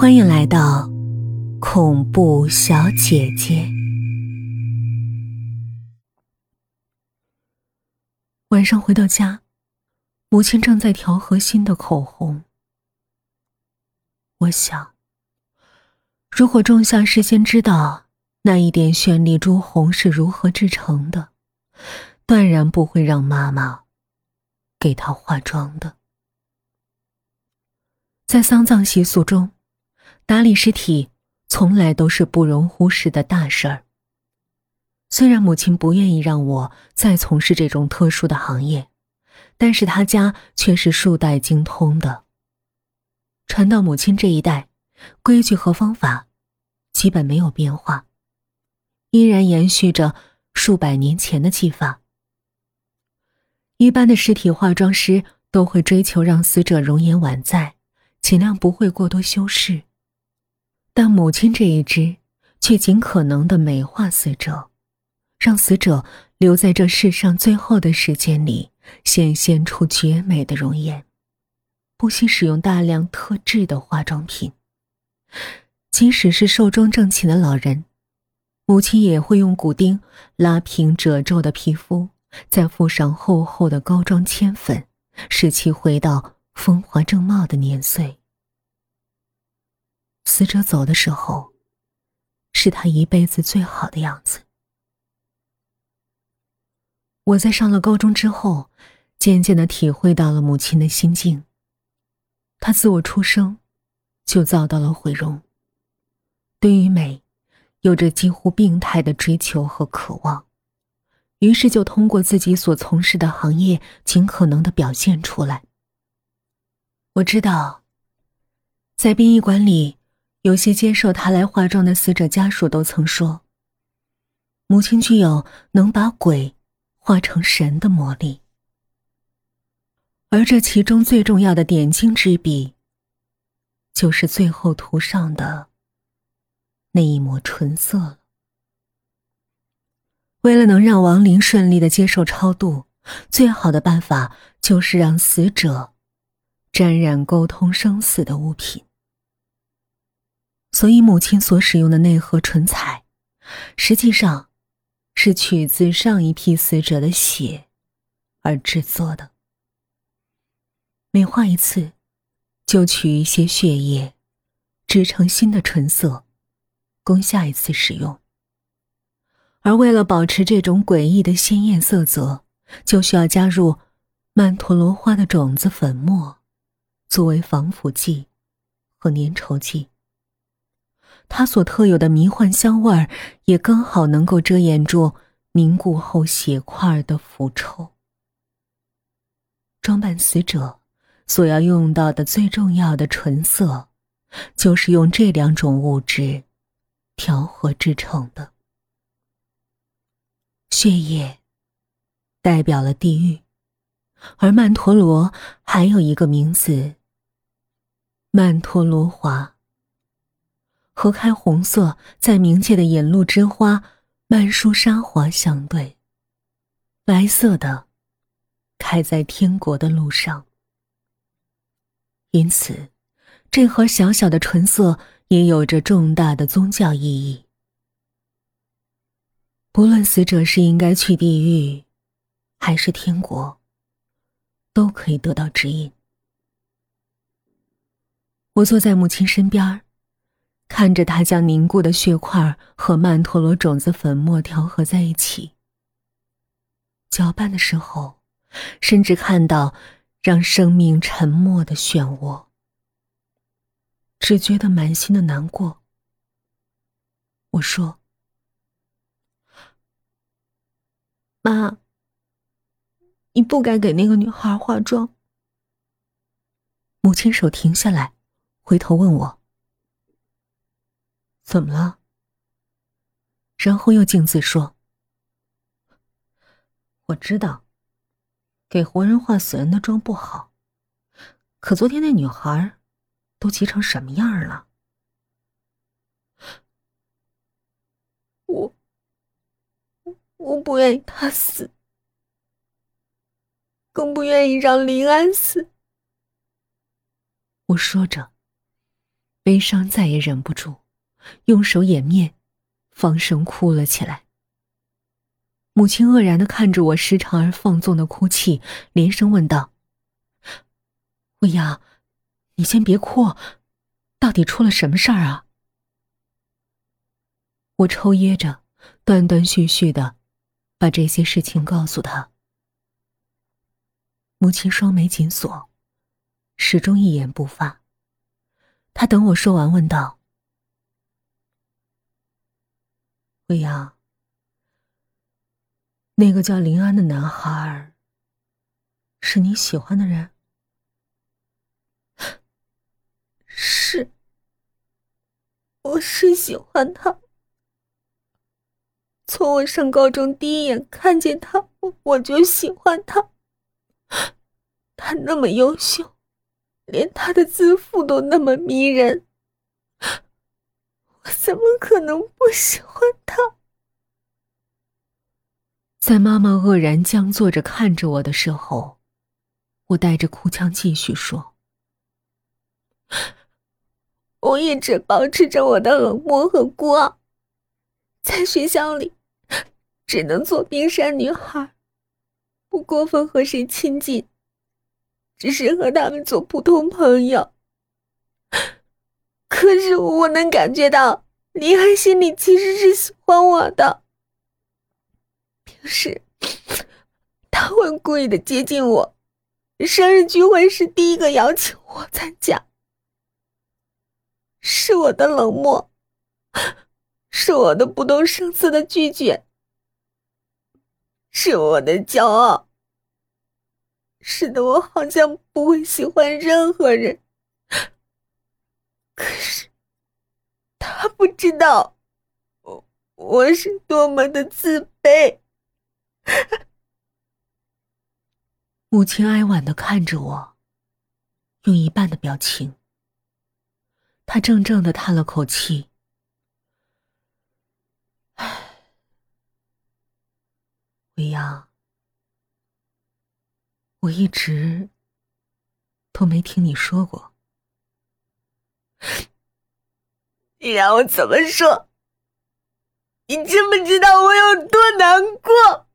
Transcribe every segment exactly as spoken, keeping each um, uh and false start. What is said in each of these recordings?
欢迎来到恐怖小姐姐。晚上回到家，母亲正在调和新的口红。我想，如果仲夏事先知道那一点绚丽朱红是如何制成的，断然不会让妈妈给她化妆的。在丧葬习俗中，打理尸体从来都是不容忽视的大事儿。虽然母亲不愿意让我再从事这种特殊的行业，但是她家却是数代精通的。传到母亲这一代，规矩和方法基本没有变化，依然延续着数百年前的技法。一般的尸体化妆师都会追求让死者容颜宛在，尽量不会过多修饰，但母亲这一支却尽可能地美化死者，让死者留在这世上最后的时间里显现出绝美的容颜，不惜使用大量特制的化妆品。即使是寿终正寝的老人，母亲也会用骨钉拉平褶皱的皮肤，再附上厚厚的膏状铅粉，使其回到风华正茂的年岁。死者走的时候，是他一辈子最好的样子。我在上了高中之后，渐渐地体会到了母亲的心境。她自我出生就遭到了毁容，对于美有着几乎病态的追求和渴望，于是就通过自己所从事的行业尽可能地表现出来。我知道，在殡仪馆里，有些接受她来化妆的死者家属都曾说，母亲具有能把鬼化成神的魔力，而这其中最重要的点睛之笔，就是最后涂上的那一抹唇色了。为了能让亡灵顺利地接受超度，最好的办法就是让死者沾染沟通生死的物品。所以母亲所使用的内核唇彩，实际上是取自上一批死者的血而制作的。每画一次，就取一些血液，制成新的唇色，供下一次使用。而为了保持这种诡异的鲜艳色泽，就需要加入曼陀罗花的种子粉末，作为防腐剂和粘稠剂。它所特有的迷幻香味儿，也刚好能够遮掩住凝固后血块的腐臭。装扮死者所要用到的最重要的唇色，就是用这两种物质调和制成的。血液代表了地狱，而曼陀罗还有一个名字，曼陀罗花。和开红色在冥界的引路之花曼殊沙华相对，白色的开在天国的路上。因此，这盒小小的唇色也有着重大的宗教意义。不论死者是应该去地狱还是天国，都可以得到指引。我坐在母亲身边，看着她将凝固的血块和曼陀罗种子粉末调和在一起，搅拌的时候，甚至看到让生命沉默的漩涡，只觉得满心的难过。我说，妈，你不该给那个女孩化妆。母亲手停下来，回头问我，怎么了？然后又径自说，我知道给活人化死人的妆不好，可昨天那女孩都急成什么样了？我我不愿意她死，更不愿意让林安死。我说着， 悲伤再也忍不住，用手掩面，放声哭了起来。母亲愕然地看着我时常而放纵的哭泣，连声问道：未央，你先别哭，到底出了什么事儿啊？我抽噎着，断断续续地把这些事情告诉他。母亲双眉紧锁，始终一言不发。她等我说完问道：未央，那个叫林安的男孩是你喜欢的人？ 是，我是喜欢他。从我上高中第一眼看见他，我就喜欢他。他那么优秀，连他的自负都那么迷人，我怎么可能不喜欢他？ 在妈妈愕然僵坐着看着我的时候，我带着哭腔继续说： 我一直保持着我的冷漠和孤傲，在学校里只能做冰山女孩，不过分和谁亲近，只是和他们做普通朋友。可是我能感觉到林安心里其实是喜欢我的，平时他会故意的接近我，生日聚会是第一个邀请我参加。是我的冷漠，是我的不动声色的拒绝，是我的骄傲，使得我好像不会喜欢任何人。可是他不知道我我是多么的自卑。 母亲哀婉地看着我，用一半的表情。她怔怔地叹了口气：唉，未央，我一直都没听你说过。 你让我怎么说？你知不知道我有多难过？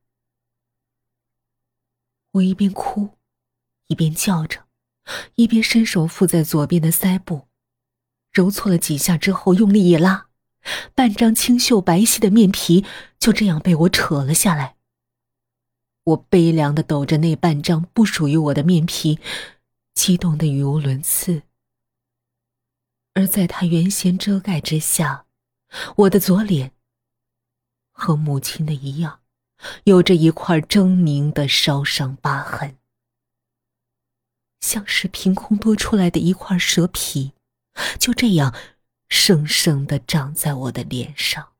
我一边哭，一边叫着，一边伸手附在左边的腮部，揉搓了几下之后用力一拉，半张清秀白皙的面皮就这样被我扯了下来。我悲凉地抖着那半张不属于我的面皮，激动得语无伦次。而在它原先遮盖之下，我的左脸和母亲的一样，有着一块狰狞的烧伤疤痕，像是凭空多出来的一块蛇皮，就这样生生地长在我的脸上。